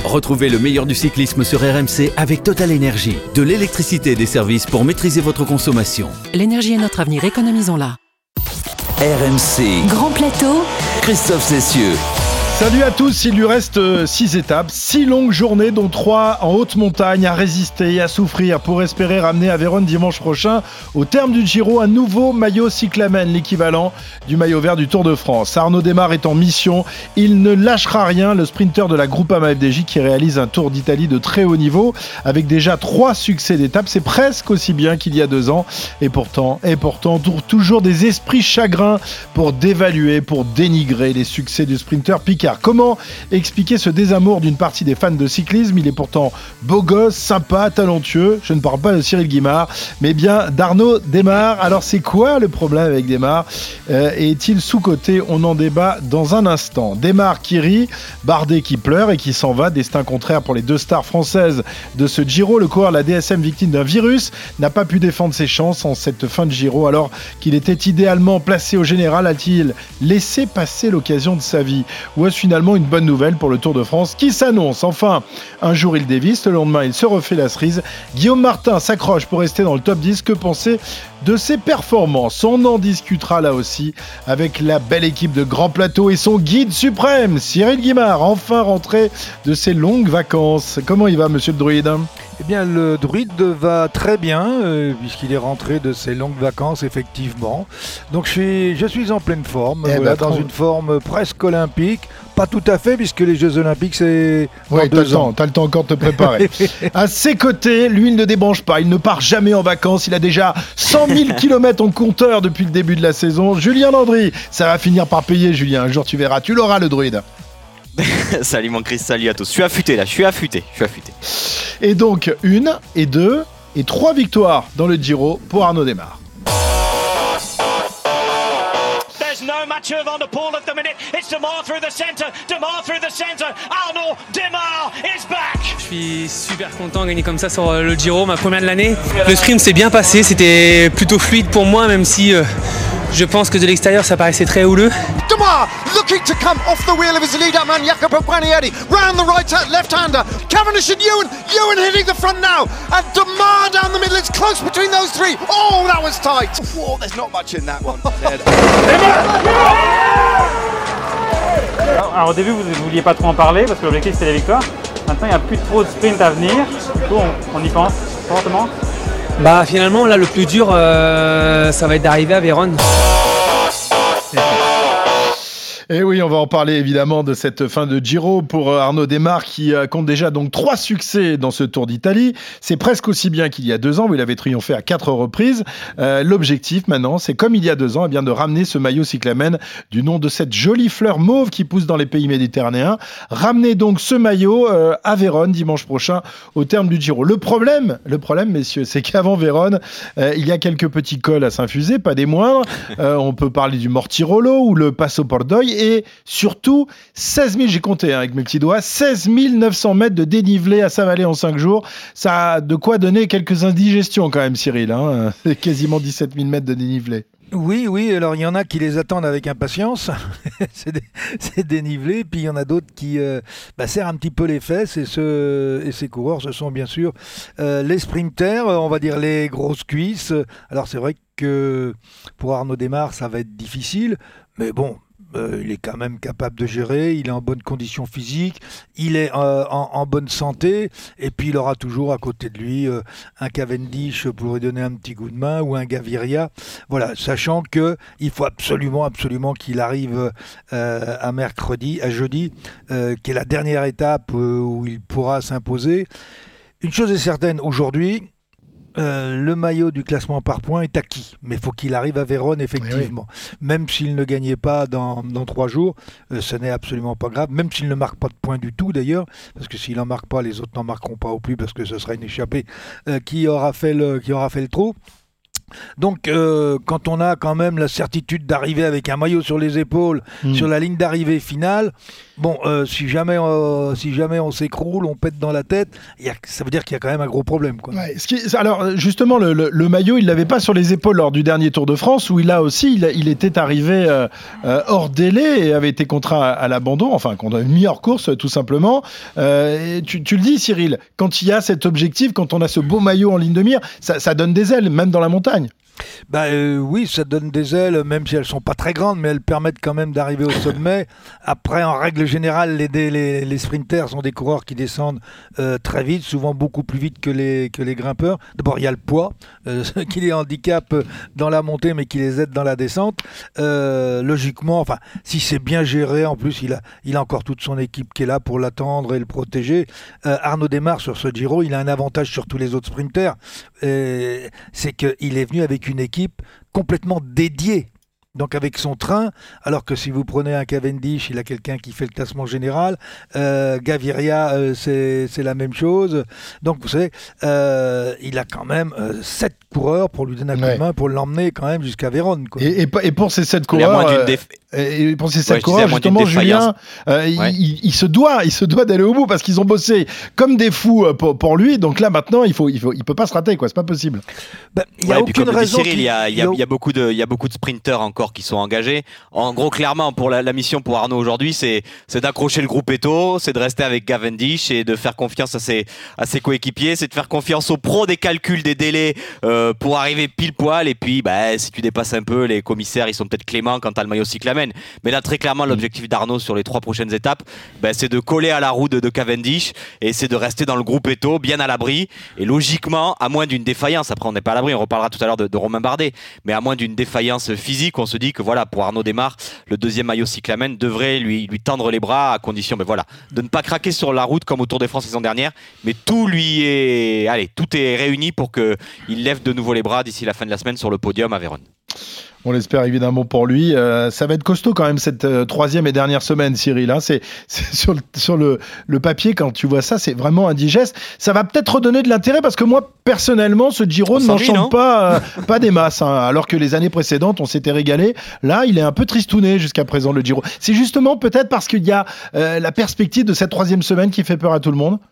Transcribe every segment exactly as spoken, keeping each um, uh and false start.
Retrouvez le meilleur du cyclisme sur R M C avec Total Énergie. De l'électricité et des services pour maîtriser votre consommation. L'énergie est notre avenir, économisons-la. R M C. Grand plateau. Christophe Cessieux. Salut à tous, il lui reste six étapes, six longues journées dont trois en haute montagne à résister et à souffrir pour espérer ramener à Vérone dimanche prochain au terme du Giro un nouveau maillot cyclamen, l'équivalent du maillot vert du Tour de France. Arnaud Démare est en mission, il ne lâchera rien, le sprinter de la Groupama F D J qui réalise un Tour d'Italie de très haut niveau avec déjà trois succès d'étape, c'est presque aussi bien qu'il y a deux ans et pourtant, et pourtant toujours des esprits chagrins pour dévaluer, pour dénigrer les succès du sprinter Picard. Comment expliquer ce désamour d'une partie des fans de cyclisme ? Il est pourtant beau gosse, sympa, talentueux. Je ne parle pas de Cyril Guimard, mais bien d'Arnaud Démare. Alors c'est quoi le problème avec Démare ? euh, Est-il sous-coté ? On en débat dans un instant. Démare qui rit, Bardet qui pleure et qui s'en va. Destin contraire pour les deux stars françaises de ce Giro. Le coureur, la D S M victime d'un virus, n'a pas pu défendre ses chances en cette fin de Giro alors qu'il était idéalement placé au général. A-t-il laissé passer l'occasion de sa vie ? Ou est-ce finalement une bonne nouvelle pour le Tour de France qui s'annonce? Enfin, un jour il dévisse, le lendemain il se refait la cerise. Guillaume Martin s'accroche pour rester dans le top dix. Que penser de ses performances? On en discutera là aussi avec la belle équipe de Grand Plateau et son guide suprême, Cyril Guimard, enfin rentré de ses longues vacances. Comment il va, monsieur le druide? Eh bien, le druide va très bien, euh, puisqu'il est rentré de ses longues vacances, effectivement. Donc, je suis, je suis en pleine forme, eh voilà, ben, dans une forme presque olympique. Pas tout à fait, puisque les Jeux Olympiques, c'est dans oui, deux ans. Tu as le temps encore de te préparer. À ses côtés, lui, il ne débranche pas, il ne part jamais en vacances. Il a déjà cent mille kilomètres en compteur depuis le début de la saison. Julien Landry, ça va finir par payer, Julien. Un jour, tu verras, tu l'auras, le druide. Salut mon Chris, salut à tous. Je suis affûté là, je suis affûté, je suis affûté. Et donc, une, et deux, et trois victoires dans le Giro pour Arnaud Démare. No Mathieu Van der Poel at the minute. It's Démare through the center. Démare through the center. Arnaud Démare is back. Je suis super content de gagner comme ça sur le Giro, ma première de l'année. Le sprint s'est bien passé, c'était plutôt fluide pour moi, même si euh, je pense que de l'extérieur ça paraissait très houleux. Démare looking to come off the wheel of his leader man Jacopo Guarnieri. Round the right left-hander. Cavendish and Ewan. Ewan hitting the front now. And Démare down the middle. It's close between those three. Oh, that was tight. Whoa, there's not much in that one. Alors, au début, vous ne vouliez pas trop en parler parce que l'objectif c'était la victoire. Maintenant, il n'y a plus trop de sprint à venir. Du coup, on, on y pense fortement. Bah finalement là le plus dur euh, ça va être d'arriver à Vérone. Et oui, on va en parler évidemment de cette fin de Giro pour Arnaud Démare qui compte déjà donc trois succès dans ce Tour d'Italie. C'est presque aussi bien qu'il y a deux ans où il avait triomphé à quatre reprises. Euh, l'objectif maintenant, c'est comme il y a deux ans, eh bien, de ramener ce maillot cyclamen du nom de cette jolie fleur mauve qui pousse dans les pays méditerranéens. Ramener donc ce maillot euh, à Vérone dimanche prochain au terme du Giro. Le problème, le problème, messieurs, c'est qu'avant Vérone, euh, il y a quelques petits cols à s'infuser, pas des moindres. Euh, on peut parler du Mortirolo ou le Passo Pordoi. Et surtout, seize mille, j'ai compté hein, avec mes petits doigts, seize mille neuf cents mètres de dénivelé à sa vallée en cinq jours. Ça a de quoi donner quelques indigestions quand même, Cyril. Hein. C'est quasiment dix-sept mille mètres de dénivelé. Oui, oui, alors il y en a qui les attendent avec impatience, c'est, dé, c'est dénivelé, puis il y en a d'autres qui euh, bah, serrent un petit peu les fesses, et, ce, et ces coureurs, ce sont bien sûr euh, les sprinters, on va dire les grosses cuisses. Alors c'est vrai que pour Arnaud Démare, ça va être difficile, mais bon, Euh, il est quand même capable de gérer, il est en bonne condition physique, il est euh, en, en bonne santé, et puis il aura toujours à côté de lui euh, un Cavendish pour lui donner un petit coup de main, ou un Gaviria, voilà, sachant qu'il faut absolument, absolument qu'il arrive euh, à mercredi, à jeudi, euh, qui est la dernière étape euh, où il pourra s'imposer. Une chose est certaine, aujourd'hui, Euh, le maillot du classement par points est acquis, mais il faut qu'il arrive à Vérone effectivement. Oui. Même s'il ne gagnait pas dans, dans trois jours, euh, ce n'est absolument pas grave, même s'il ne marque pas de points du tout d'ailleurs, parce que s'il n'en marque pas, les autres n'en marqueront pas au plus, parce que ce sera une échappée euh, qui aura fait le, qui aura fait le trou. Donc euh, quand on a quand même la certitude d'arriver avec un maillot sur les épaules, mmh. sur la ligne d'arrivée finale, Bon, euh, si jamais, euh, si jamais on s'écroule, on pète dans la tête, y a, ça veut dire qu'il y a quand même un gros problème, quoi. Ouais, ce qui, alors justement, le, le, le maillot, il l'avait pas sur les épaules lors du dernier Tour de France, où il a aussi, il, il était arrivé euh, euh, hors délai et avait été contraint à, à l'abandon, enfin qu'on a mis hors course tout simplement. Euh, tu, tu le dis, Cyril, quand il y a cet objectif, quand on a ce beau maillot en ligne de mire, ça, ça donne des ailes, même dans la montagne. Bah euh, oui, ça donne des ailes, même si elles sont pas très grandes, mais elles permettent quand même d'arriver au sommet. Après, en règle générale, les, les, les sprinters sont des coureurs qui descendent euh, très vite, souvent beaucoup plus vite que les, que les grimpeurs. D'abord, il y a le poids, euh, qui les handicape dans la montée, mais qui les aide dans la descente. Euh, logiquement, enfin, si c'est bien géré, en plus, il a, il a encore toute son équipe qui est là pour l'attendre et le protéger. Euh, Arnaud Démare, sur ce Giro, il a un avantage sur tous les autres sprinters. Euh, c'est qu'il est venu avec une équipe complètement dédiée, donc avec son train, alors que si vous prenez un Cavendish, il a quelqu'un qui fait le classement général, euh, Gaviria, euh, c'est, c'est la même chose, donc vous savez, euh, il a quand même euh, sept coureurs pour lui donner un coup ouais. de main, pour l'emmener quand même jusqu'à Vérone, quoi. Et, et, et pour ces sept coureurs, euh, déf... et pour ces sept ouais, coureurs justement, Julien, euh, ouais. il, il se doit, il se doit d'aller au bout, parce qu'ils ont bossé comme des fous pour, pour lui, donc là maintenant, il faut, il faut, il peut pas se rater, quoi, c'est pas possible. Ben, il y a ouais, aucune raison. Cyril, il y a, il y a, il y a beaucoup de, il y a beaucoup de sprinteurs encore qui sont engagés. En gros, clairement, pour la, la mission pour Arnaud aujourd'hui, c'est, c'est d'accrocher le groupe Eto, c'est de rester avec Cavendish et de faire confiance à ses, à ses coéquipiers, c'est de faire confiance aux pros des calculs des délais euh, pour arriver pile poil. Et puis, bah, si tu dépasses un peu, les commissaires, ils sont peut-être cléments quand t'as le maillot cyclamen. Mais là, très clairement, l'objectif d'Arnaud sur les trois prochaines étapes, bah, c'est de coller à la roue de, de Cavendish et c'est de rester dans le groupe Eto, bien à l'abri. Et logiquement, à moins d'une défaillance, après on n'est pas à l'abri, on reparlera tout à l'heure de, de Romain Bardet, mais à moins d'une défaillance physique, on se dit que voilà, pour Arnaud Démare, le deuxième maillot cyclamen devrait lui, lui tendre les bras à condition ben voilà, de ne pas craquer sur la route comme au Tour de France saison dernière, mais tout lui est, allez, tout est réuni pour qu'il lève de nouveau les bras d'ici la fin de la semaine sur le podium à Vérone. On l'espère évidemment pour lui. Euh, ça va être costaud quand même cette euh, troisième et dernière semaine, Cyril. Hein. C'est, c'est sur, le, sur le, le papier, quand tu vois ça, c'est vraiment indigeste. Ça va peut-être redonner de l'intérêt parce que moi, personnellement, ce Giro ne m'enchante pas, euh, pas des masses. Hein. Alors que les années précédentes, on s'était régalé. Là, il est un peu tristouné jusqu'à présent, le Giro. C'est justement peut-être parce qu'il y a euh, la perspective de cette troisième semaine qui fait peur à tout le monde.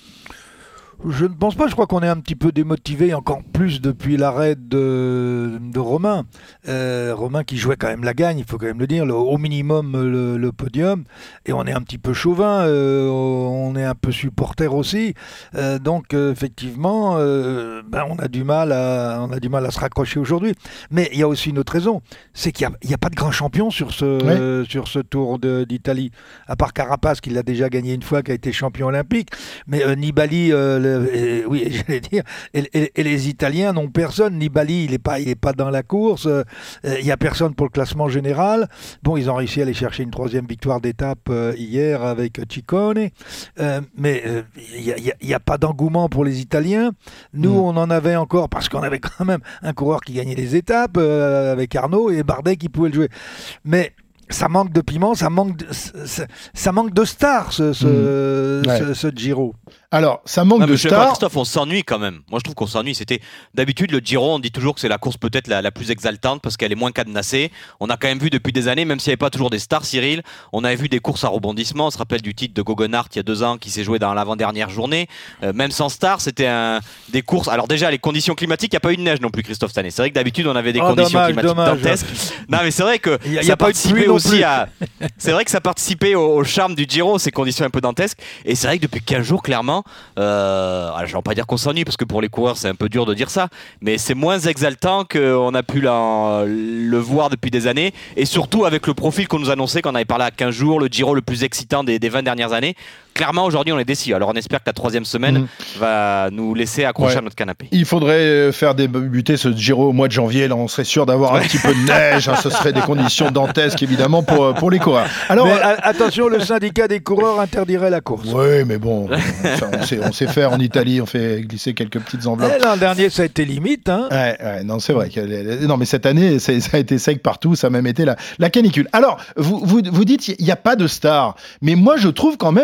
Je ne pense pas, je crois qu'on est un petit peu démotivé, encore plus depuis l'arrêt de, de Romain. Euh, Romain qui jouait quand même la gagne, il faut quand même le dire, le, au minimum le, le podium. Et on est un petit peu chauvin, euh, on est un peu supporter aussi. Euh, donc euh, effectivement, euh, ben, on, a du mal à, on a du mal à se raccrocher aujourd'hui. Mais il y a aussi une autre raison, c'est qu'il n'y a, a pas de grand champion sur ce, ouais. euh, sur ce Tour de, d'Italie. À part Carapaz qui l'a déjà gagné une fois, qui a été champion olympique. Mais euh, Nibali... Euh, Et, oui, j'allais dire, et, et, et les Italiens n'ont personne. Nibali, il n'est pas, il est pas dans la course. Il euh, n'y a personne pour le classement général. Bon, ils ont réussi à aller chercher une troisième victoire d'étape euh, hier avec Ciccone. Euh, mais il euh, n'y a, a, a pas d'engouement pour les Italiens. Nous, mmh. on en avait encore parce qu'on avait quand même un coureur qui gagnait les étapes euh, avec Arnaud et Bardet qui pouvait le jouer. Mais ça manque de piment, ça manque de, ça, ça manque de stars, ce, ce, mmh. ouais. ce, ce Giro. Alors, ça manque non, de stars. Christophe, on s'ennuie quand même. Moi, je trouve qu'on s'ennuie. C'était d'habitude le Giro. On dit toujours que c'est la course peut-être la, la plus exaltante parce qu'elle est moins cadenassée. On a quand même vu depuis des années, même s'il n'y avait pas toujours des stars, Cyril, on avait vu des courses à rebondissement. On se rappelle du titre de Goggenhardt il y a deux ans qui s'est joué dans l'avant-dernière journée. Euh, même sans stars, c'était un, des courses. Alors déjà, les conditions climatiques, il n'y a pas eu de neige non plus, Christophe, cette année. C'est vrai que d'habitude, on avait des oh, conditions dommage, climatiques dommage. dantesques. Non, mais c'est vrai que y a, ça y a participait aussi à. C'est vrai que ça participait au, au charme du Giro, ces conditions un peu dantesques. Et c'est vrai que depuis quinze jours, clairement. Euh, Euh, je ne vais pas dire qu'on s'ennuie parce que pour les coureurs c'est un peu dur de dire ça, mais c'est moins exaltant qu'on a pu la, le voir depuis des années et surtout avec le profil qu'on nous annonçait quand on avait parlé à quinze jours, le Giro le plus excitant des, des vingt dernières années. Clairement aujourd'hui on est déçus, alors on espère que la troisième semaine mmh. va nous laisser accrocher ouais. à notre canapé. Il faudrait faire débuter ce Giro au mois de janvier, là on serait sûr d'avoir un petit peu de neige, hein, ce serait des conditions dantesques évidemment pour, pour les coureurs. Alors, mais, euh, attention, le syndicat des coureurs interdirait la course. Oui mais bon, on sait, on sait faire en Italie, on fait glisser quelques petites enveloppes. Et l'an dernier ça a été limite. Hein. Ouais, ouais, non c'est vrai, que, non mais cette année ça a été sec partout, ça a même été la, la canicule. Alors vous, vous, vous dites il n'y a pas de star, mais moi je trouve quand même que vous êtes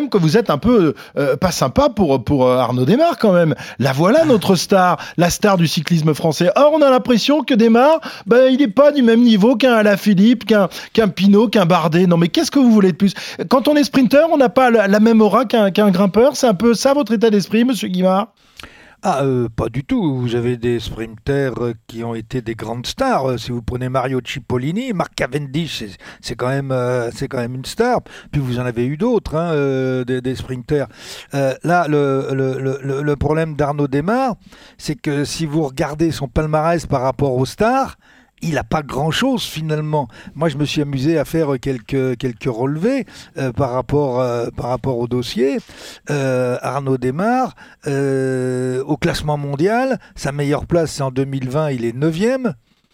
peut-être un peu euh, pas sympa pour, pour euh, Arnaud Démare quand même. La voilà notre star, la star du cyclisme français. Or, on a l'impression que Démare, ben, il n'est pas du même niveau qu'un Alaphilippe, qu'un, qu'un Pinot, qu'un Bardet. Non mais qu'est-ce que vous voulez de plus ? Quand on est sprinter, on n'a pas la, la même aura qu'un, qu'un grimpeur. C'est un peu ça votre état d'esprit, monsieur Guimard ? Ah, euh, pas du tout. Vous avez des sprinters qui ont été des grandes stars. Si vous prenez Mario Cipollini, Mark Cavendish, c'est, c'est, quand, même, euh, c'est quand même une star. Puis vous en avez eu d'autres, hein, euh, des, des sprinters. Euh, là, le, le, le, le problème d'Arnaud Démare, c'est que si vous regardez son palmarès par rapport aux stars, il n'a pas grand-chose finalement. Moi, je me suis amusé à faire quelques, quelques relevés euh, par, rapport, euh, par rapport au dossier. Euh, Arnaud Démare, euh, au classement mondial, sa meilleure place, c'est en deux mille vingt, il est neuvième.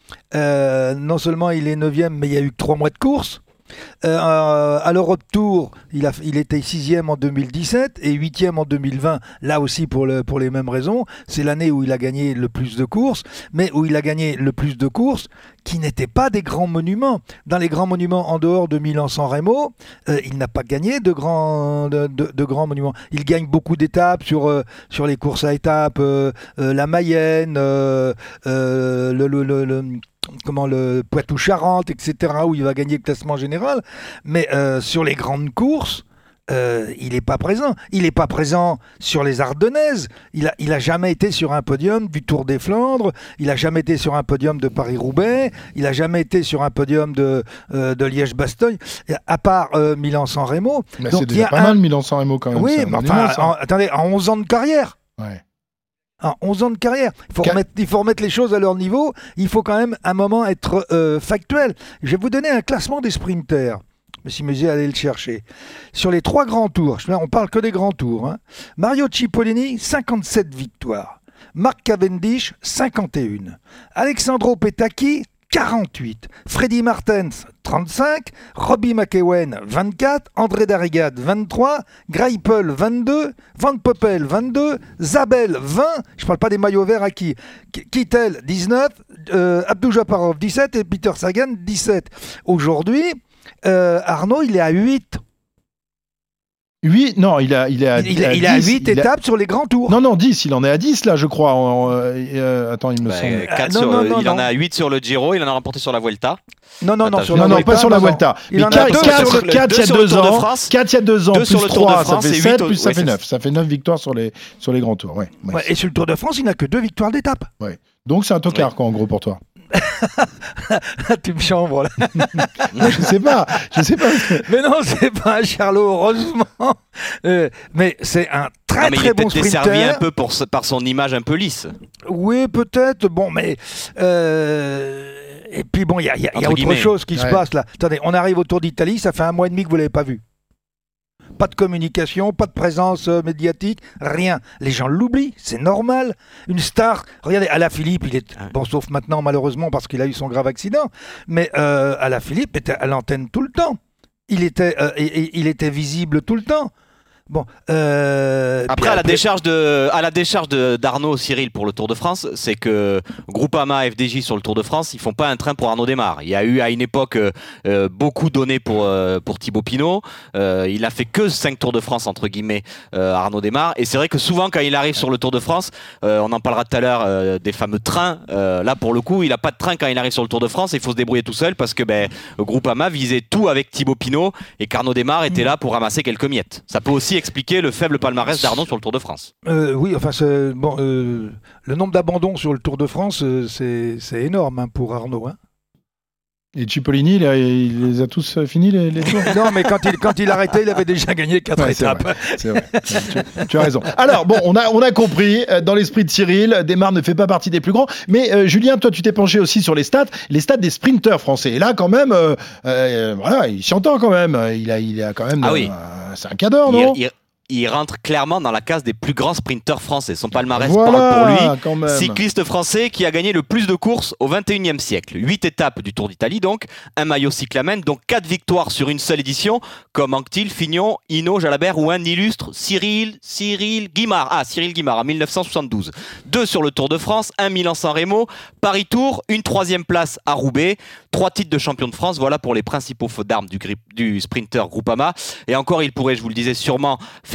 Euh, non seulement il est neuvième, mais il y a eu que trois mois de course. Euh, à l'Europe Tour, il, a, il était sixième en deux mille dix-sept et huitième en deux mille vingt, là aussi pour, le, pour les mêmes raisons. C'est l'année où il a gagné le plus de courses, mais où il a gagné le plus de courses qui n'étaient pas des grands monuments. Dans les grands monuments en dehors de Milan-San Remo, euh, il n'a pas gagné de grands, de, de, de grands monuments. Il gagne beaucoup d'étapes sur, euh, sur les courses à étapes, euh, euh, la Mayenne, euh, euh, le... le, le, le comment le Poitou-Charentes, et cetera, où il va gagner le classement général. Mais euh, sur les grandes courses, euh, il n'est pas présent. Il n'est pas présent sur les Ardennaises. Il n'a il a jamais été sur un podium du Tour des Flandres. Il n'a jamais été sur un podium de Paris-Roubaix. Il n'a jamais été sur un podium de, euh, de Liège-Bastogne, à part euh, Milan-San Remo. Mais donc, c'est déjà pas un... mal Milan-San Remo quand même. Oui, mais enfin, en, attendez, en onze ans de carrière. Ouais. En onze ans de carrière, il faut, remettre, il faut remettre les choses à leur niveau, il faut quand même un moment être euh, factuel. Je vais vous donner un classement des sprinters, si Musée allait le chercher. Sur les trois grands tours, on parle que des grands tours, hein. Mario Cipollini, cinquante-sept victoires. Mark Cavendish, cinquante et un. Alexandro Petacchi, quarante-huit. Freddy Martens, trente-cinq. Robbie McEwen, vingt-quatre. André Darrigade, vingt-trois. Greipel, vingt-deux. Van Poppel, vingt-deux. Zabel, vingt. Je ne parle pas des maillots verts à qui. Kittel, dix-neuf. Euh, Abdou Japarov, dix-sept. Et Peter Sagan, dix-sept. Aujourd'hui, euh, Arnaud, il est à huit. huit, non, il, a, il est à, il, à il dix, a huit il étapes a... sur les grands tours. Non, non, dix, il en est à dix là, je crois. En, euh, euh, attends, il me bah, semble. quatre non, sur, non, non, il non. en a huit sur le Giro, il en a remporté sur la Vuelta. Non, non, non, Attends, sur non, la non, Vuelta, pas sur la non, Vuelta. Il Mais en a quatre, deux quatre, sur le- quatre, il y a deux sur le deux Tour de ans. France. quatre, il y a deux ans, Deux plus sur le Tour de trois, ça France fait et sept, huit au- plus ça ouais, fait c'est neuf. Ça fait neuf victoires sur les, sur les grands tours. Ouais, ouais. Ouais, et sur le Tour de France, il n'a que deux victoires d'étape. Ouais. Donc c'est un tocard, Ouais. quoi, en gros, pour toi. Tu me chambres là. Je sais pas, je sais pas. Mais non, c'est pas un Charlot, heureusement. Euh, mais c'est un très Non, mais très il est bon peut-être desservi sprinter. un peu pour, par son image un peu lisse. Oui, peut-être. Bon, mais euh, et puis bon, il y a, y a- y a Entre autre guillemets. chose qui Ouais. se passe là. Attendez, on arrive au Tour d'Italie, ça fait un mois et demi que vous l'avez pas vu. Pas de communication, pas de présence euh, médiatique, rien. Les gens l'oublient, c'est normal. Une star, regardez, Alaphilippe, il est bon, sauf maintenant malheureusement parce qu'il a eu son grave accident, mais euh, Alaphilippe était à l'antenne tout le temps. Il était, euh, et- et- il était visible tout le temps. Bon. Euh, Après, puis à la décharge de, à la décharge de, d'Arnaud Cyril pour le Tour de France, c'est que Groupama, F D J sur le Tour de France, ils font pas un train pour Arnaud Démare. Il y a eu à une époque euh, beaucoup donné pour euh, pour Thibaut Pinot. Euh, il a fait que cinq Tours de France entre guillemets, euh, Arnaud Démare. Et c'est vrai que souvent quand il arrive sur le Tour de France, euh, on en parlera tout à l'heure euh, des fameux trains. Euh, là pour le coup, il a pas de train quand il arrive sur le Tour de France. Il faut se débrouiller tout seul parce que ben Groupama visait tout avec Thibaut Pinot et qu'Arnaud Démare était là pour ramasser quelques miettes. Ça peut aussi expliquer le faible palmarès d'Arnaud sur le Tour de France. Euh, oui, enfin, c'est- bon, euh, le nombre d'abandons sur le Tour de France, euh, c'est, c'est énorme hein, pour Arnaud. Hein. Et Cipollini, il, a- il les a tous euh, finis les, les tours. Non, mais quand il, quand il arrêtait, il avait déjà gagné quatre Ouais, c'est étapes. vrai, c'est vrai. tu, tu as raison. Alors, bon, on a, on a compris, euh, dans l'esprit de Cyril, Démare ne fait pas partie des plus grands. Mais euh, Julien, toi, tu t'es penché aussi sur les stats, les stats des sprinteurs français. Et là, quand même, euh, euh, voilà, il s'entend quand même. Il a, il a quand même. Ah euh, oui. c'est un cadre, non il, il, il rentre clairement dans la case des plus grands sprinteurs français. Son palmarès Voilà, parle pour lui. quand même. Cycliste français qui a gagné le plus de courses au vingt et unième siècle. huit étapes du Tour d'Italie donc, un maillot cyclamen, donc quatre victoires sur une seule édition, comme Anquetil, Fignon, Hinault, Jalabert ou un illustre Cyril, Cyril Guimard. Ah, Cyril Guimard en mille neuf cent soixante-douze. Deux sur le Tour de France, un Milan-San Remo, Paris-Tour, une troisième place à Roubaix, trois titres de champion de France. Voilà pour les principaux feux d'armes du, grip, du sprinter Groupama. Et encore, il pourrait, je vous le disais, sûrement faire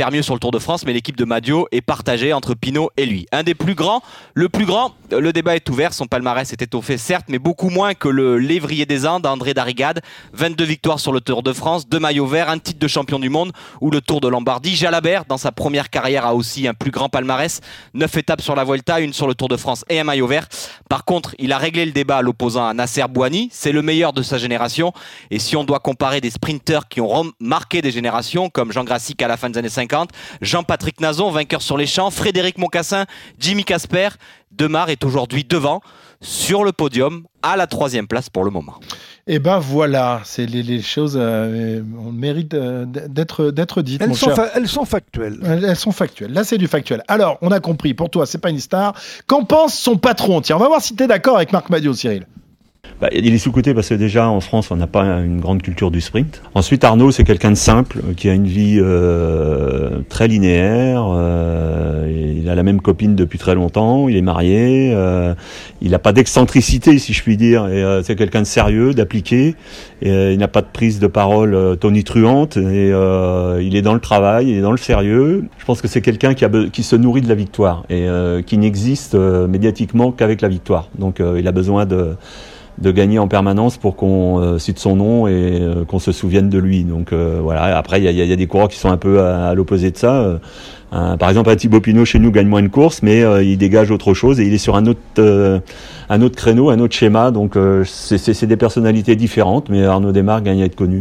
faire mieux sur le Tour de France, mais l'équipe de Madio est partagée entre Pinot et lui. Un des plus grands, le plus grand, le débat est ouvert, son palmarès est étoffé certes, mais beaucoup moins que le lévrier des Andes, André Darrigade, vingt-deux victoires sur le Tour de France, deux maillots verts, un titre de champion du monde ou le Tour de Lombardie. Jalabert, dans sa première carrière, a aussi un plus grand palmarès, neuf étapes sur la Vuelta, une sur le Tour de France et un maillot vert. Par contre, il a réglé le débat à l'opposant à Nasser Bouhanni, c'est le meilleur de sa génération, et si on doit comparer des sprinteurs qui ont marqué des générations, comme Jean Grassic à la fin des années cinquante, Jean-Patrick Nazon, vainqueur sur les champs, Frédéric Moncassin, Jimmy Casper, Demar est aujourd'hui devant, sur le podium, à la troisième place pour le moment. Et ben voilà, c'est les, les choses euh, on mérite euh, d'être, d'être dites. Elles mon sont, cher. fa- elles sont factuelles. Elles, elles sont factuelles. Là, c'est du factuel. Alors, on a compris, pour toi, c'est pas une star. Qu'en pense son patron ? Tiens, on va voir si tu es d'accord avec Marc Madio, Cyril. Bah, il est sous-coté parce que déjà en France on n'a pas une grande culture du sprint. Ensuite Arnaud c'est quelqu'un de simple qui a une vie euh, très linéaire. Euh, il a la même copine depuis très longtemps. Il est marié. Euh, il n'a pas d'excentricité si je puis dire. Et, euh, c'est quelqu'un de sérieux, d'appliqué. Et, euh, il n'a pas de prise de parole euh, tonitruante. Et euh, il est dans le travail, il est dans le sérieux. Je pense que c'est quelqu'un qui, a be- qui se nourrit de la victoire et euh, qui n'existe euh, médiatiquement qu'avec la victoire. Donc euh, il a besoin de de gagner en permanence pour qu'on euh, cite son nom et euh, qu'on se souvienne de lui. Donc euh, voilà. Après, il y a, y a des coureurs qui sont un peu à, à l'opposé de ça. Euh, euh, par exemple, Thibaut Pinot chez nous gagne moins de courses, mais euh, il dégage autre chose et il est sur un autre, euh, un autre créneau, un autre schéma. Donc euh, c'est, c'est, c'est des personnalités différentes, mais Arnaud Desmar gagne à être connu.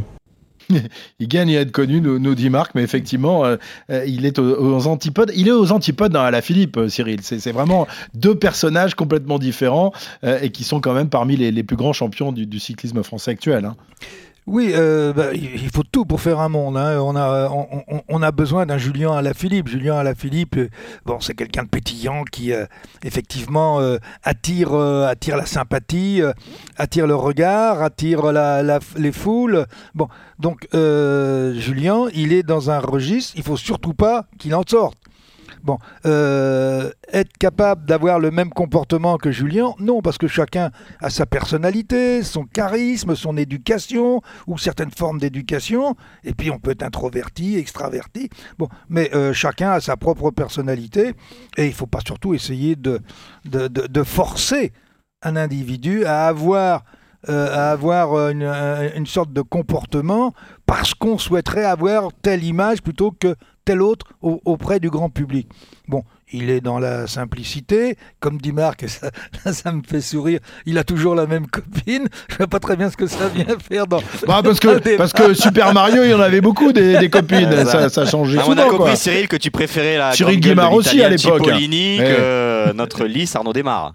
Il gagne à être connu, nous, nous dit Marc, mais effectivement, euh, il est aux, aux antipodes. Il est aux antipodes dans Alaphilippe, Cyril. C'est, c'est vraiment deux personnages complètement différents euh, et qui sont quand même parmi les, les plus grands champions du, du cyclisme français actuel. Hein. Oui, euh, bah, il faut tout pour faire un monde. Hein. On a, on, on, on a besoin d'un Julien Alaphilippe. Julien Alaphilippe, euh, bon, c'est quelqu'un de pétillant qui, euh, effectivement, euh, attire, euh, attire la sympathie, euh, attire le regard, attire la, la, les foules. Bon, donc euh, Julien, il est dans un registre. Il faut surtout pas qu'il en sorte. Bon, euh, être capable d'avoir le même comportement que Julien, non, parce que chacun a sa personnalité, son charisme, son éducation, ou certaines formes d'éducation, et puis on peut être introverti, extraverti, bon, mais euh, chacun a sa propre personnalité, et il ne faut pas surtout essayer de, de, de, de forcer un individu à avoir... Euh, à avoir une, une sorte de comportement parce qu'on souhaiterait avoir telle image plutôt que telle autre au, auprès du grand public. Bon, il est dans la simplicité, comme dit Marc, et ça, ça me fait sourire, il a toujours la même copine, je ne sais pas très bien ce que ça vient faire dans... Bah parce, que, parce que Super Mario, il y en avait beaucoup des, des copines, ça, ça, ça changeait ah, souvent. On a compris, quoi. Cyril, que tu préférais la Cyril Guimard aussi à l'époque. Cipollini hein. que notre lisse Arnaud Desmar.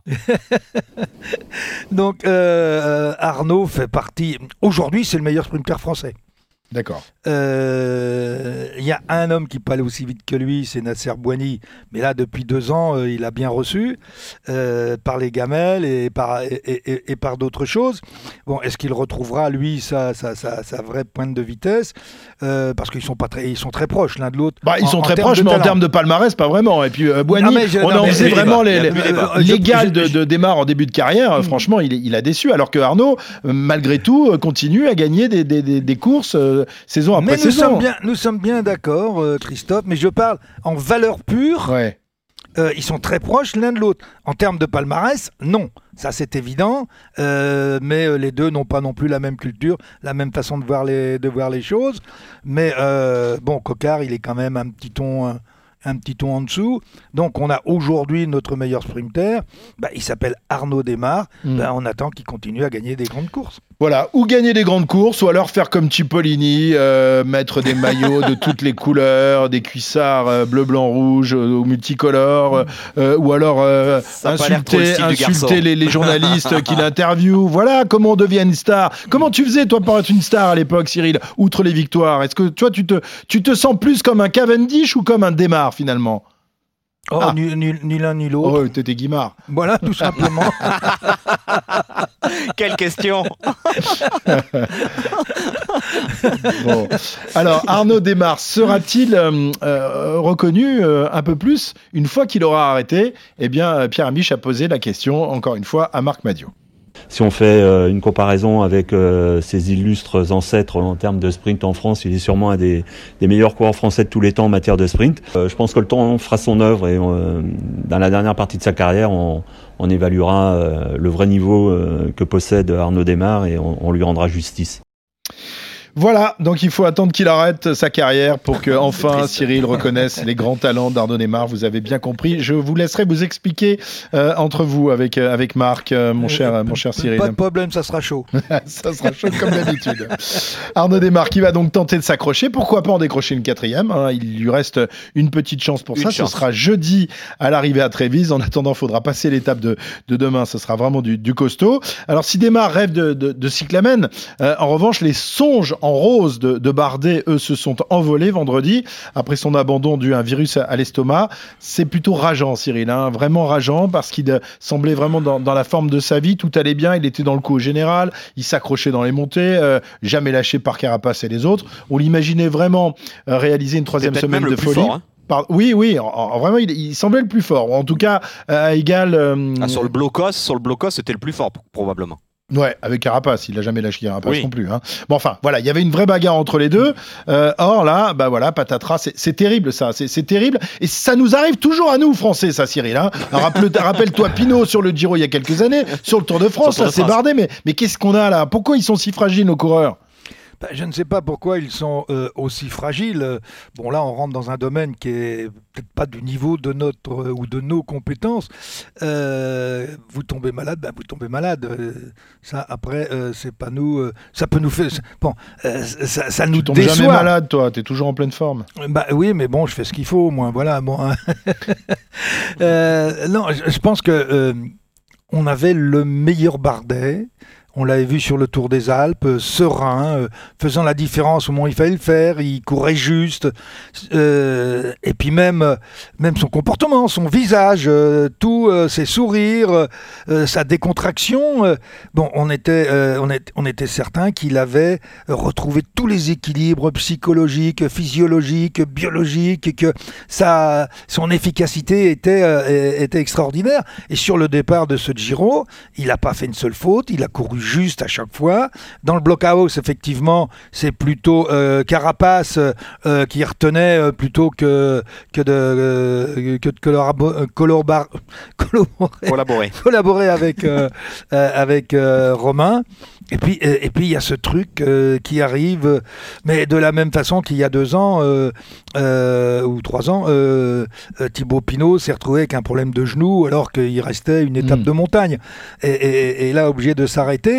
Donc euh, Arnaud fait partie... Aujourd'hui, c'est le meilleur sprinter français. D'accord. Il euh, y a un homme qui peut aller aussi vite que lui, c'est Nasser Bouhanni. Mais là, depuis deux ans, euh, il a bien reçu euh, par les gamelles et par, et, et, et par d'autres choses. Bon, est-ce qu'il retrouvera, lui, sa, sa, sa, sa vraie pointe de vitesse euh, parce qu'ils sont, pas très, ils sont très proches l'un de l'autre. Bah, ils en, sont très en proches, mais talent. En termes de palmarès, pas vraiment. Et puis, euh, Bouhanni, je, on non, en faisait vraiment les, les, l'égal de, je, de Desmar en début de carrière. Mmh. Franchement, il, il a déçu. Alors que Arnaud, malgré tout, continue à gagner des, des, des, des courses euh, saison après mais saison. Nous sommes bien, nous sommes bien d'accord, euh, Christophe, mais je parle en valeur pure. Ouais. Euh, ils sont très proches l'un de l'autre. En termes de palmarès, non. Ça, c'est évident. Euh, mais euh, les deux n'ont pas non plus la même culture, la même façon de voir les, de voir les choses. Mais euh, bon, Coquard, il est quand même un petit ton... Un, un petit ton en dessous. Donc, on a aujourd'hui notre meilleur sprinter. Bah, il s'appelle Arnaud Desmar. Mmh. Bah, on attend qu'il continue à gagner des grandes courses. Voilà, ou gagner des grandes courses, ou alors faire comme Cipollini, euh, mettre des maillots de toutes les couleurs, des cuissards euh, bleu, blanc, rouge, euh, ou multicolores, euh, ou alors euh, insulter, insulter les, les journalistes qui l'interviewent. Voilà comment on devient une star. Comment tu faisais, toi, pour être une star à l'époque, Cyril, outre les victoires ? Est-ce que toi, tu te, tu te sens plus comme un Cavendish ou comme un Desmar, finalement ? Oh, ah. ni, ni, ni l'un ni l'autre. Oh, t'étais Guimard. Voilà, tout simplement. Quelle question. Bon. Alors, Arnaud Desmar sera-t-il euh, euh, reconnu euh, un peu plus une fois qu'il aura arrêté ? Eh bien, Pierre Amiche a posé la question, encore une fois, à Marc Madio. si on fait euh, une comparaison avec euh, ses illustres ancêtres en termes de sprint en France, il est sûrement un des, des meilleurs coureurs français de tous les temps en matière de sprint. Euh, je pense que le temps fera son œuvre et euh, dans la dernière partie de sa carrière, on, on évaluera euh, le vrai niveau euh, que possède Arnaud Démare et on, on lui rendra justice. Voilà, donc il faut attendre qu'il arrête sa carrière pour que enfin Cyril reconnaisse les grands talents d'Arnaud Démare. Vous avez bien compris. Je vous laisserai vous expliquer euh, entre vous avec euh, avec Marc, euh, mon cher euh, mon cher Cyril. Pas de problème, ça sera chaud. Ça sera chaud comme d'habitude. Arnaud Démare qui va donc tenter de s'accrocher. Pourquoi pas en décrocher une quatrième, hein. Il lui reste une petite chance pour une ça. Chance. Ce sera jeudi à l'arrivée à Trévise. En attendant, il faudra passer l'étape de de demain. Ce sera vraiment du, du costaud. Alors si Démare rêve de de, de cyclamen, euh, en revanche les songes en rose de de Bardet, eux, se sont envolés vendredi après son abandon dû à un virus à l'estomac. C'est plutôt rageant, Cyril, hein, vraiment rageant, parce qu'il euh, semblait vraiment dans, dans la forme de sa vie. Tout allait bien, il était dans le coup au général, il s'accrochait dans les montées, euh, jamais lâché par Carapace et les autres. On l'imaginait vraiment euh, réaliser une troisième semaine de folie. Fort, hein. Par... Oui, oui, en, en, vraiment, il, il semblait le plus fort. En tout cas, euh, à égal... Euh... Ah, sur le blocos, sur le blocos, c'était le plus fort, probablement. Ouais, avec Carapace, il a jamais lâché Carapace oui. non plus. Hein. Bon, enfin, voilà, il y avait une vraie bagarre entre les deux. Euh, or là, bah voilà, patatras, c'est, c'est terrible ça, c'est, c'est terrible. Et ça nous arrive toujours à nous, Français, ça, Cyril. Hein. Alors, rappelle, rappelle-toi Pinot sur le Giro il y a quelques années, sur le Tour de France, Tour là, de c'est France. Bardet. Mais, mais qu'est-ce qu'on a là ? Pourquoi ils sont si fragiles, nos coureurs ? Ben, je ne sais pas pourquoi ils sont euh, aussi fragiles. Bon, là, on rentre dans un domaine qui est peut-être pas du niveau de notre euh, ou de nos compétences. Euh, vous tombez malade, ben vous tombez malade. Euh, ça, après, euh, c'est pas nous. Euh, ça peut nous faire. Bon, euh, ça, ça nous Tu tombes déçoit. jamais malade, toi. T'es toujours en pleine forme. Bah oui, mais bon, je fais ce qu'il faut, moi. Voilà, bon. euh, non, je, je pense que euh, on avait le meilleur Bardet. On l'avait vu sur le Tour des Alpes, euh, serein, euh, faisant la différence au moment où il fallait le faire, il courait juste. Euh, et puis même, euh, même son comportement, son visage, euh, tous euh, ses sourires, euh, sa décontraction. Euh, bon, on était, euh, on, est, on était certain qu'il avait retrouvé tous les équilibres psychologiques, physiologiques, biologiques, et que sa, son efficacité était, euh, était extraordinaire. Et sur le départ de ce Giro, il n'a pas fait une seule faute, il a couru juste à chaque fois. Dans le blockhouse, effectivement, c'est plutôt euh, Carapace euh, qui retenait euh, plutôt que, que de, euh, que de collabo- euh, colorbar- collaborer, Collaborer. collaborer avec, euh, euh, avec euh, Romain. Et puis, euh, et puis il y a ce truc euh, qui arrive, euh, mais de la même façon qu'il y a deux ans euh, euh, ou trois ans, euh, euh, Thibaut Pinot s'est retrouvé avec un problème de genou alors qu'il restait une étape mmh. de montagne. Et, et, et là, obligé de s'arrêter.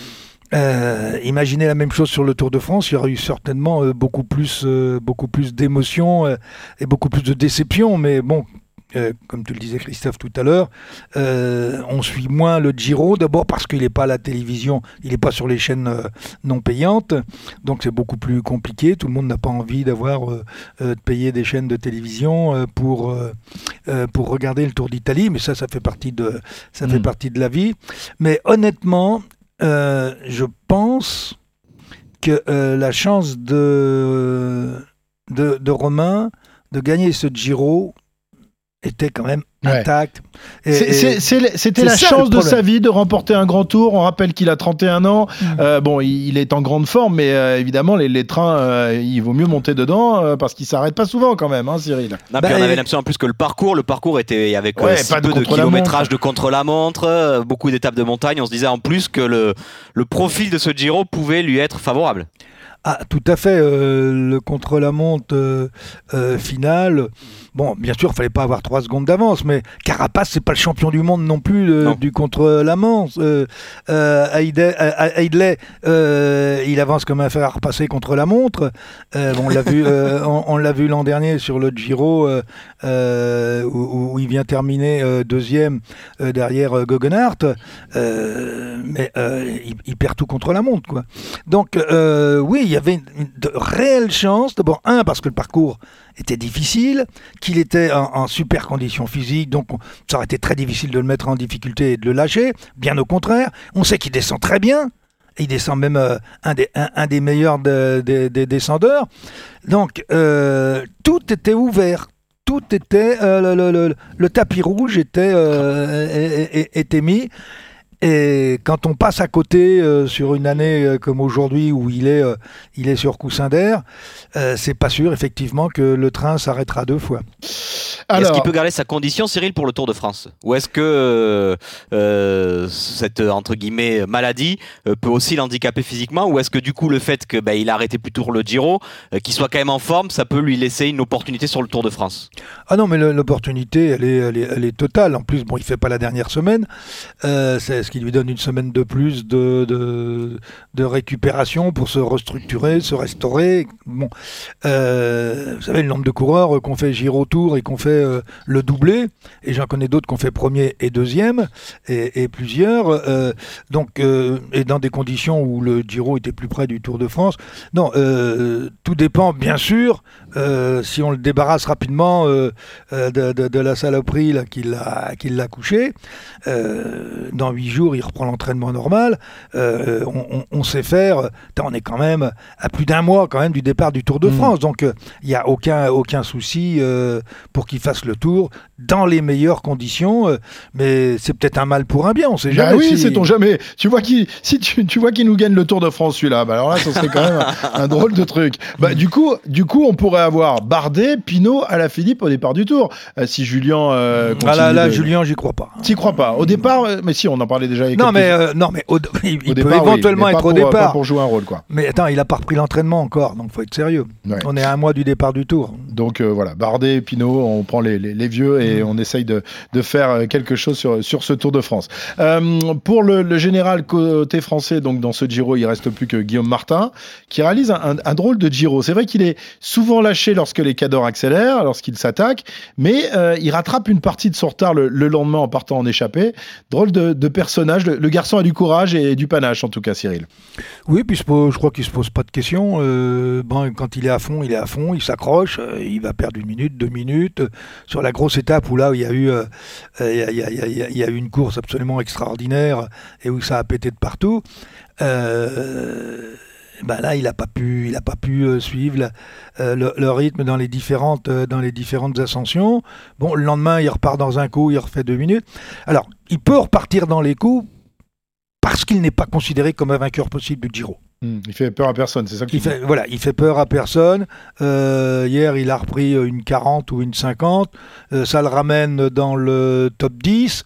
Euh, imaginez la même chose sur le Tour de France, il y aurait eu certainement euh, beaucoup plus, euh, beaucoup plus d'émotions euh, et beaucoup plus de déception. Mais bon, euh, comme tu le disais Christophe tout à l'heure, euh, on suit moins le Giro, d'abord parce qu'il n'est pas à la télévision, il n'est pas sur les chaînes euh, non payantes, donc c'est beaucoup plus compliqué. Tout le monde n'a pas envie d'avoir euh, euh, de payer des chaînes de télévision euh, pour, euh, euh, pour regarder le Tour d'Italie, mais ça, ça fait partie de, ça mmh. fait partie de la vie. Mais honnêtement, Euh, je pense que euh, la chance de, de, de Romain de gagner ce Giro était quand même ouais. intacte. Et, c'est, c'est, c'est, c'était c'est la chance de sa vie de remporter un grand tour. On rappelle qu'il a trente et un ans. Mmh. Euh, bon, il, il est en grande forme, mais euh, évidemment, les, les trains, euh, il vaut mieux monter dedans euh, parce qu'ils ne s'arrêtent pas souvent quand même, hein, Cyril. Non, bah, puis on avait l'impression en plus que le parcours, le parcours était avec ouais, euh, si peu de, de kilométrage de contre-la-montre, euh, beaucoup d'étapes de montagne. On se disait en plus que le, le profil de ce Giro pouvait lui être favorable. Ah, tout à fait. Euh, le contre-la-montre euh, euh, final. Bon, bien sûr, il fallait pas avoir trois secondes d'avance, mais Carapace, c'est pas le champion du monde non plus euh, non. du contre-la-montre. Euh, euh, Aidley, euh, il avance comme un fer à repasser contre la montre. Euh, bon, on l'a vu, euh, on, on l'a vu l'an dernier sur le Giro euh, euh, où, où il vient terminer euh, deuxième euh, derrière euh, Guggenhardt, euh, mais euh, il, il perd tout contre la montre, quoi. Donc, euh, oui. Il y avait une, de réelles chances. D'abord, un, parce que le parcours était difficile, qu'il était en, en super condition physique, donc on, ça aurait été très difficile de le mettre en difficulté et de le lâcher. Bien au contraire, on sait qu'il descend très bien. Il descend même euh, un, des, un, un des meilleurs de, de, des descendeurs. Donc, euh, tout était ouvert. Tout était... Euh, le, le, le, le tapis rouge était, euh, était mis. Et quand on passe à côté euh, sur une année euh, comme aujourd'hui où il est, euh, il est sur coussin d'air, euh, c'est pas sûr effectivement que le train s'arrêtera deux fois. Alors... Est-ce qu'il peut garder sa condition, Cyril, pour le Tour de France ? Ou est-ce que euh, euh, cette entre guillemets maladie euh, peut aussi l'handicaper physiquement ? Ou est-ce que du coup le fait que bah, il a arrêté plus tôt le Giro, euh, qu'il soit quand même en forme, ça peut lui laisser une opportunité sur le Tour de France ? Ah non, mais le, l'opportunité, elle est, elle est, elle est totale. En plus, bon, il fait pas la dernière semaine, euh, c'est ce qui lui donne une semaine de plus de, de, de récupération pour se restructurer, se restaurer. Bon, euh, vous savez, le nombre de coureurs qu'on fait Giro Tour et qu'on fait euh, le doublé, et j'en connais d'autres qu'on fait premier et deuxième, et, et plusieurs, euh, donc, euh, et dans des conditions où le Giro était plus près du Tour de France. Non, euh, tout dépend, bien sûr, euh, si on le débarrasse rapidement euh, de, de, de la saloperie là, qui, l'a, qui l'a couché, euh, dans huit jours, il reprend l'entraînement normal, euh, on, on, on sait faire, on est quand même à plus d'un mois quand même du départ du Tour de France, mmh. donc il euh, n'y a aucun, aucun souci euh, pour qu'il fasse le Tour dans les meilleures conditions, euh, mais c'est peut-être un mal pour un bien, on sait jamais. Bah oui, si... sait-on jamais. Tu vois qu'il, si tu, tu vois qu'il nous gagne le Tour de France celui-là, bah alors là, ça serait quand même un, un drôle de truc. Bah du coup, du coup, on pourrait avoir Bardet, Pinot, Alaphilippe au départ du Tour. Euh, si Julien euh, ah là, là de... Julien, j'y crois pas. T'y crois pas. Au départ, euh, mais si, on en parlait déjà. Avec non, quelques... mais euh, non, mais au, il, au il départ, peut éventuellement oui, être pour, au départ. Pas pour jouer un rôle, quoi. Mais attends, il a pas repris l'entraînement encore, donc faut être sérieux. Ouais. On est à un mois du départ du Tour. Donc euh, voilà, Bardet, Pinot, on prend les, les, les vieux et mmh. on essaye de, de faire quelque chose sur, sur ce Tour de France. Euh, pour le, le général côté français, donc dans ce Giro, il reste plus que Guillaume Martin, qui réalise un, un, un drôle de Giro. C'est vrai qu'il est souvent lâché lorsque les cadors accélèrent, lorsqu'il s'attaque, mais euh, il rattrape une partie de son retard le, le lendemain en partant en échappée. Drôle de, de personnage. Le, le garçon a du courage et du panache, en tout cas, Cyril. Oui, puis je crois qu'il se pose pas de questions. Euh, bon, quand il est à fond, il est à fond, il s'accroche, euh, il va perdre une minute, deux minutes. Euh, sur la grosse étape où là, où il y a eu, euh, il y a, il y a, il y a, il y a eu une course absolument extraordinaire et où ça a pété de partout. Euh, ben là, il n'a pas pu, il a pas pu euh, suivre la, euh, le, le rythme dans les différentes, euh, dans les différentes ascensions. Bon, le lendemain, il repart dans un coup, il refait deux minutes. Alors, il peut repartir dans les coups parce qu'il n'est pas considéré comme un vainqueur possible du Giro. Mmh, il fait peur à personne, c'est ça que tu il dis. fait, Voilà, il fait peur à personne. Euh, hier, il a repris une quarante ou une cinquante. Euh, ça le ramène dans le top dix.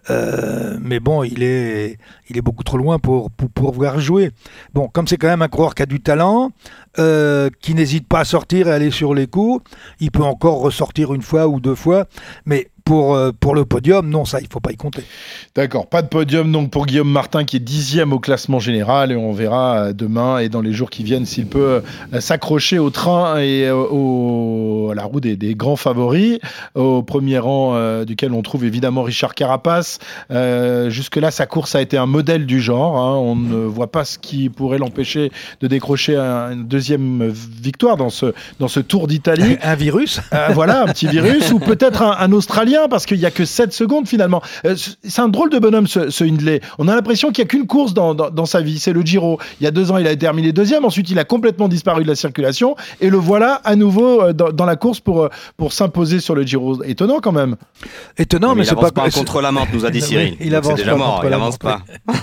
Euh, mais bon, il est, il est beaucoup trop loin pour, pour, pour pouvoir jouer. Bon, comme c'est quand même un coureur qui a du talent, euh, qui n'hésite pas à sortir et aller sur les coups, il peut encore ressortir une fois ou deux fois. Mais pour, euh, pour le podium, non, ça, il ne faut pas y compter. D'accord, pas de podium donc pour Guillaume Martin qui est dixième au classement général et on verra demain et dans les jours qui viennent s'il peut euh, s'accrocher au train et euh, au, à la roue des, des grands favoris. Au premier rang euh, duquel on trouve évidemment Richard Carapace. Euh, jusque-là, sa course a été un modèle du genre. Hein. On ne voit pas ce qui pourrait l'empêcher de décrocher un, une deuxième victoire dans ce, dans ce Tour d'Italie. Un virus euh, Voilà, un petit virus ou peut-être un, un Australien parce qu'il n'y a que sept secondes finalement. Euh, c'est un drôle de bonhomme ce, ce Hindley. On a l'impression qu'il n'y a qu'une course dans, dans, dans sa vie, c'est le Giro. Il y a deux ans, il a terminé deuxième, ensuite il a complètement disparu de la circulation et le voilà à nouveau dans, dans la course pour, pour s'imposer sur le Giro. Étonnant quand même. Étonnant, mais, mais c'est pas, pas pas contre la montre, nous a dit Cyril. Il avance c'est déjà pas mort, il avance pas.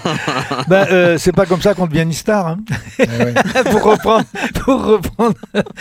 ben, euh, c'est pas comme ça qu'on devient une star. Hein. Ah ouais. pour reprendre, pour reprendre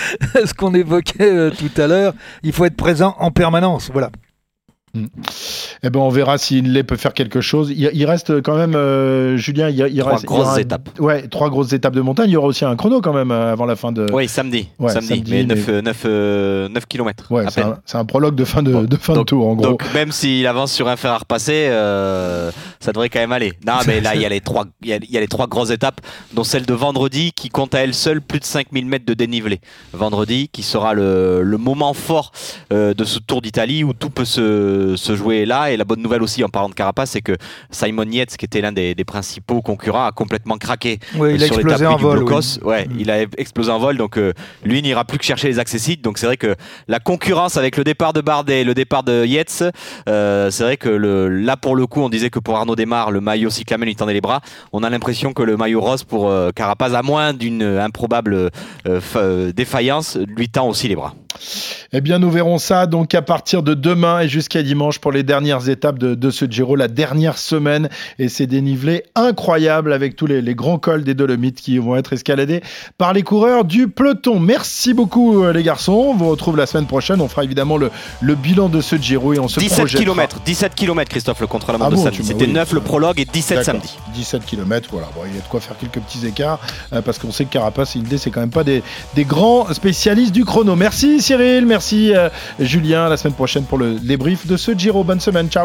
ce qu'on évoquait euh, tout à l'heure, il faut être présent en permanence. Voilà. Mmh. Eh ben on verra si Hindley peut faire quelque chose. Il, il reste quand même, euh, Julien, il, il trois reste grosses il y aura, étapes. Ouais, trois grosses étapes de montagne. Il y aura aussi un chrono quand même avant la fin de. Oui, samedi. Ouais, samedi, samedi, mais, mais... neuf, neuf, euh, neuf kilomètres. Ouais, c'est un, c'est un prologue de fin de, bon, de, fin donc, de tour en gros. Donc même s'il avance sur un fer à repasser, euh, ça devrait quand même aller. Non, mais là il y a les trois, il y a, il y a les trois grosses étapes, dont celle de vendredi qui compte à elle seule plus de cinq mille mètres de dénivelé. Vendredi, qui sera le, le moment fort euh, de ce Tour d'Italie où tout peut se, se jouer là. Et la bonne nouvelle aussi en parlant de Carapace, c'est que Simon Yates, qui était l'un des, des principaux concurrents, a complètement craqué ouais, il sur a l'étape du vol, Blocos. Oui. Ouais, mmh. Il a explosé en vol, donc euh, lui n'ira plus que chercher les accessites. Donc c'est vrai que la concurrence avec le départ de Bardet et le départ de Yates, euh, c'est vrai que le, là pour le coup, on disait que pour Arnaud Démare, le maillot cyclamen lui tendait les bras. On a l'impression que le maillot rose pour euh, Carapace, à moins d'une improbable euh, f- défaillance, lui tend aussi les bras. Eh bien, nous verrons ça donc à partir de demain et jusqu'à dimanche pour les dernières dernières étapes de, de ce Giro, la dernière semaine, et ces dénivelés incroyables avec tous les, les grands cols des Dolomites qui vont être escaladés par les coureurs du peloton. Merci beaucoup les garçons, on vous retrouve la semaine prochaine, on fera évidemment le, le bilan de ce Giro et on se dix-sept projettera. kilomètres, dix-sept kilomètres Christophe, le contre-la-montre ah de bon, samedi. C'était oui, neuf le prologue et dix-sept d'accord. samedi. dix-sept kilomètres, voilà, bon, il y a de quoi faire quelques petits écarts euh, parce qu'on sait que Carapace et Hindley c'est quand même pas des, des grands spécialistes du chrono. Merci Cyril, merci euh, Julien, à la semaine prochaine pour le débrief de ce Giro. Bonne semaine, ciao.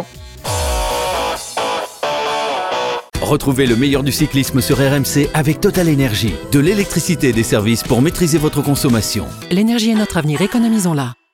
Retrouvez le meilleur du cyclisme sur R M C avec Total Énergie. De l'électricité et des services pour maîtriser votre consommation. L'énergie est notre avenir, économisons-la.